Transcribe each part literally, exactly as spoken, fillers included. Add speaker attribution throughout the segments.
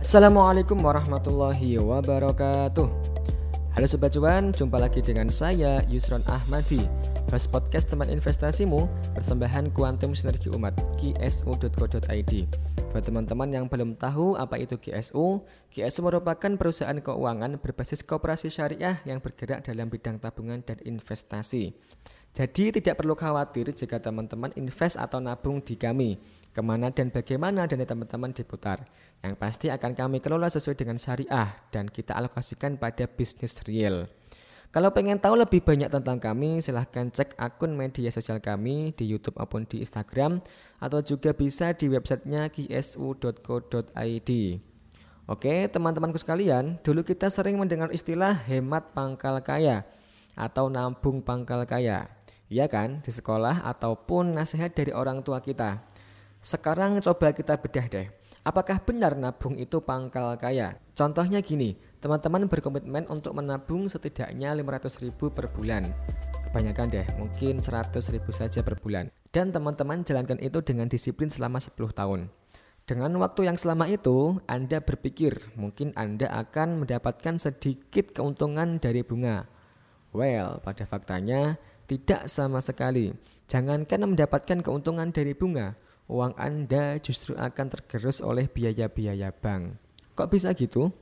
Speaker 1: Assalamualaikum warahmatullahi wabarakatuh. Halo Sobat Cuan, jumpa lagi dengan saya Yusron Ahmadi, host podcast teman investasimu, persembahan Kuantum Sinergi Umat, Q S U dot co dot i d. Buat teman-teman yang belum tahu apa itu Q S U, Q S U merupakan perusahaan keuangan berbasis koperasi syariah yang bergerak dalam bidang tabungan dan investasi. Jadi tidak perlu khawatir jika teman-teman invest atau nabung di kami. Kemana dan bagaimana dana teman-teman diputar. Yang pasti akan kami kelola sesuai dengan syariah dan kita alokasikan pada bisnis real. Kalau pengen tahu lebih banyak tentang kami, silahkan cek akun media sosial kami di YouTube maupun di Instagram, atau juga bisa di websitenya q s u dot co dot i d. Oke teman-temanku sekalian, dulu kita sering mendengar istilah hemat pangkal kaya atau nabung pangkal kaya. Iya kan, di sekolah ataupun nasihat dari orang tua kita. Sekarang coba kita bedah deh. Apakah benar nabung itu pangkal kaya? Contohnya gini, teman-teman berkomitmen untuk menabung setidaknya lima ratus ribu per bulan. Kebanyakan deh, mungkin seratus ribu saja per bulan. Dan teman-teman jalankan itu dengan disiplin selama sepuluh tahun. Dengan waktu yang selama itu, Anda berpikir mungkin Anda akan mendapatkan sedikit keuntungan dari bunga. Well, pada faktanya tidak sama sekali. Jangankan mendapatkan keuntungan dari bunga, uang Anda justru akan tergerus oleh biaya-biaya bank. Kok bisa gitu?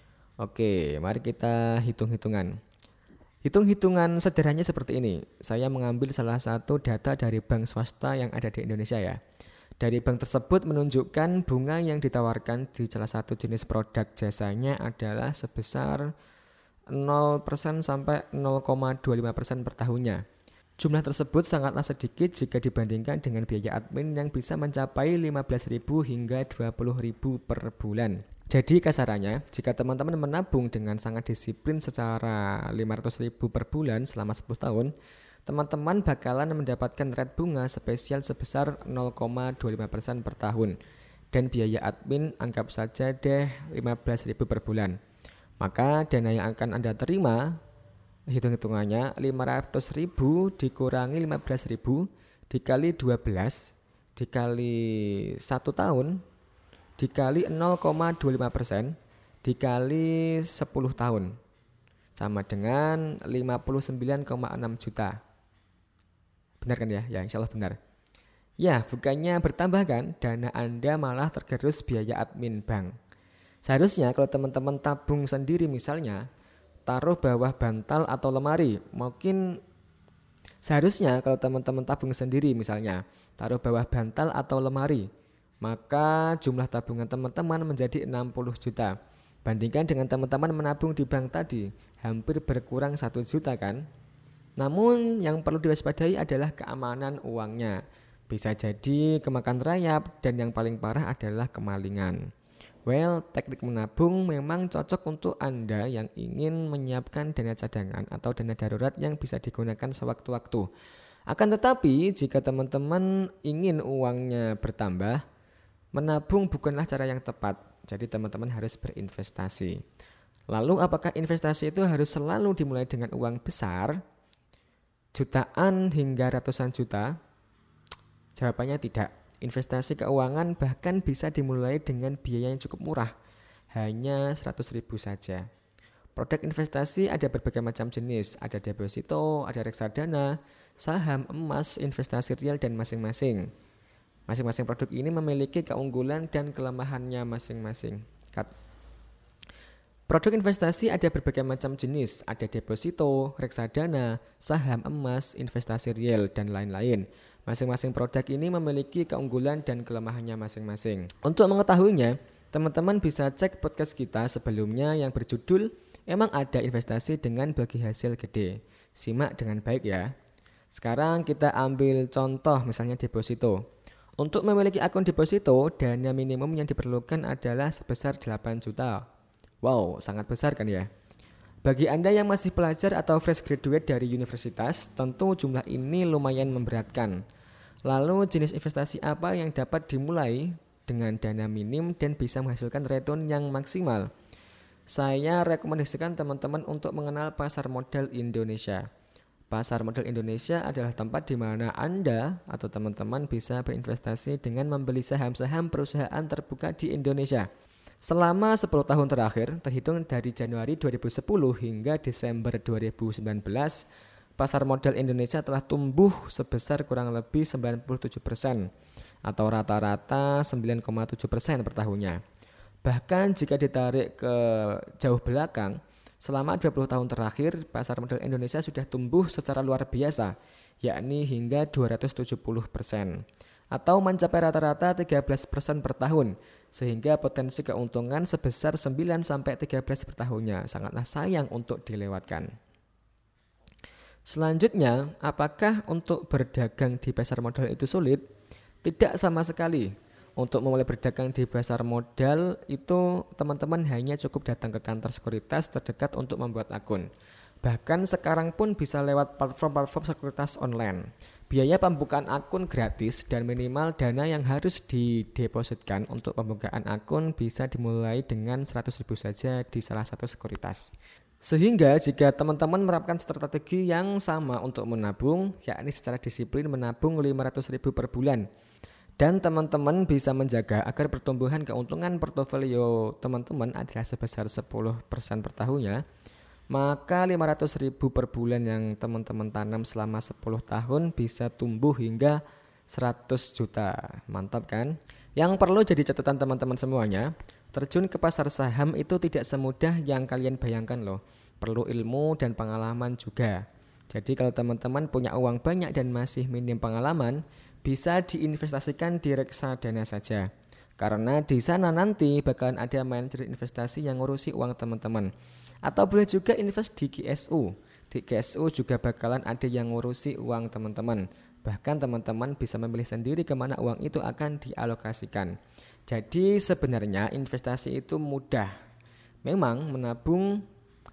Speaker 1: Oke, mari kita hitung-hitungan. Hitung-hitungan sederhananya seperti ini. Saya mengambil salah satu data dari bank swasta yang ada di Indonesia ya. Dari bank tersebut menunjukkan bunga yang ditawarkan di salah satu jenis produk jasanya adalah sebesar nol persen sampai nol koma dua lima persen per tahunnya. Jumlah tersebut sangatlah sedikit jika dibandingkan dengan biaya admin yang bisa mencapai lima belas ribu hingga dua puluh ribu per bulan. Jadi kasarannya, jika teman-teman menabung dengan sangat disiplin secara lima ratus ribu per bulan selama sepuluh tahun, teman-teman bakalan mendapatkan rate bunga spesial sebesar nol koma dua lima persen per tahun. Dan biaya admin anggap saja deh lima belas ribu per bulan. Maka dana yang akan Anda terima, hitung-hitungannya lima ratus ribu dikurangi lima belas ribu dikali dua belas dikali satu tahun dikali nol koma dua lima persen dikali sepuluh tahun sama dengan lima puluh sembilan koma enam juta. Benar kan ya? Ya insya Allah benar. Ya bukannya bertambah kan, dana Anda malah tergerus biaya admin bank. Seharusnya kalau teman-teman tabung sendiri misalnya, taruh bawah bantal atau lemari. Mungkin seharusnya kalau teman-teman tabung sendiri misalnya, taruh bawah bantal atau lemari, maka jumlah tabungan teman-teman menjadi enam puluh juta. Bandingkan dengan teman-teman menabung di bank tadi, hampir berkurang satu juta kan? Namun yang perlu diwaspadai adalah keamanan uangnya. Bisa jadi kemakan rayap dan yang paling parah adalah kemalingan. Well, teknik menabung memang cocok untuk Anda yang ingin menyiapkan dana cadangan atau dana darurat yang bisa digunakan sewaktu-waktu. Akan tetapi, jika teman-teman ingin uangnya bertambah, menabung bukanlah cara yang tepat. Jadi teman-teman harus berinvestasi. Lalu apakah investasi itu harus selalu dimulai dengan uang besar? Jutaan hingga ratusan juta? Jawabannya tidak. Investasi keuangan bahkan bisa dimulai dengan biaya yang cukup murah, hanya seratus ribu saja. Produk investasi ada berbagai macam jenis, ada deposito, ada reksadana, saham, emas, investasi real dan masing-masing. Masing-masing produk ini memiliki keunggulan dan kelemahannya masing-masing. Produk investasi ada berbagai macam jenis, ada deposito, reksadana, saham, emas, investasi real dan lain-lain. Masing-masing produk ini memiliki keunggulan dan kelemahannya masing-masing. Untuk mengetahuinya, teman-teman bisa cek podcast kita sebelumnya yang berjudul Emang Ada Investasi dengan Bagi Hasil Gede. Simak dengan baik ya. Sekarang kita ambil contoh misalnya deposito. Untuk memiliki akun deposito, dana minimum yang diperlukan adalah sebesar delapan juta. Wow, sangat besar kan ya? Bagi Anda yang masih pelajar atau fresh graduate dari universitas, tentu jumlah ini lumayan memberatkan. Lalu jenis investasi apa yang dapat dimulai dengan dana minim dan bisa menghasilkan return yang maksimal? Saya rekomendasikan teman-teman untuk mengenal pasar modal Indonesia. Pasar modal Indonesia adalah tempat di mana Anda atau teman-teman bisa berinvestasi dengan membeli saham-saham perusahaan terbuka di Indonesia. Selama sepuluh tahun terakhir, terhitung dari Januari dua ribu sepuluh hingga Desember dua ribu sembilan belas, pasar modal Indonesia telah tumbuh sebesar kurang lebih sembilan puluh tujuh persen atau rata-rata sembilan koma tujuh persen per tahunnya. Bahkan jika ditarik ke jauh belakang, selama dua puluh tahun terakhir, pasar modal Indonesia sudah tumbuh secara luar biasa, yakni hingga dua ratus tujuh puluh persen atau mencapai rata-rata tiga belas persen per tahun, sehingga potensi keuntungan sebesar sembilan sampai tiga belas per tahunnya sangatlah sayang untuk dilewatkan. Selanjutnya, apakah untuk berdagang di pasar modal itu sulit? Tidak sama sekali. Untuk memulai berdagang di pasar modal itu teman-teman hanya cukup datang ke kantor sekuritas terdekat untuk membuat akun. Bahkan sekarang pun bisa lewat platform-platform sekuritas online. Biaya pembukaan akun gratis dan minimal dana yang harus didepositkan untuk pembukaan akun bisa dimulai dengan seratus ribu saja di salah satu sekuritas. Sehingga jika teman-teman menerapkan strategi yang sama untuk menabung, yakni secara disiplin menabung lima ratus ribu per bulan, dan teman-teman bisa menjaga agar pertumbuhan keuntungan portofolio teman-teman adalah sebesar sepuluh persen per tahunnya, maka lima ratus ribu per bulan yang teman-teman tanam selama sepuluh tahun bisa tumbuh hingga seratus juta. Mantap kan? Yang perlu jadi catatan teman-teman semuanya, terjun ke pasar saham itu tidak semudah yang kalian bayangkan loh. Perlu ilmu dan pengalaman juga. Jadi kalau teman-teman punya uang banyak dan masih minim pengalaman, bisa diinvestasikan di reksadana saja. Karena di sana nanti bakalan ada manajer investasi yang ngurusi uang teman-teman. Atau boleh juga invest di K S U. Di K S U juga bakalan ada yang ngurusi uang teman-teman. Bahkan teman-teman bisa memilih sendiri kemana uang itu akan dialokasikan. Jadi sebenarnya investasi itu mudah. Memang menabung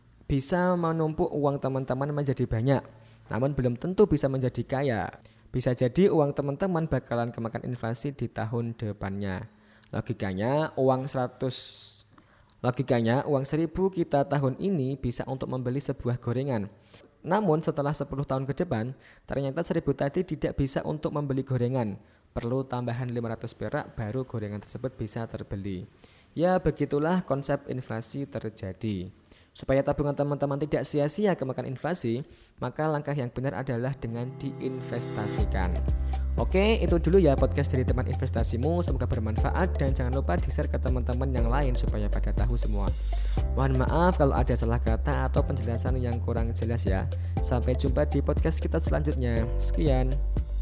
Speaker 1: bisa menumpuk uang teman-teman menjadi banyak, namun belum tentu bisa menjadi kaya. Bisa jadi uang teman-teman bakalan kemakan inflasi di tahun depannya. Logikanya uang seratus Logikanya uang seribu kita tahun ini bisa untuk membeli sebuah gorengan. Namun setelah sepuluh tahun ke depan, ternyata seribu tadi tidak bisa untuk membeli gorengan. Perlu tambahan lima ratus perak baru gorengan tersebut bisa terbeli. Ya begitulah konsep inflasi terjadi. Supaya tabungan teman-teman tidak sia-sia kemakan inflasi, maka langkah yang benar adalah dengan diinvestasikan. Oke, itu dulu ya podcast dari teman investasimu. Semoga bermanfaat dan jangan lupa di-share ke teman-teman yang lain supaya pada tahu semua. Mohon maaf kalau ada salah kata atau penjelasan yang kurang jelas ya. Sampai jumpa di podcast kita selanjutnya. Sekian.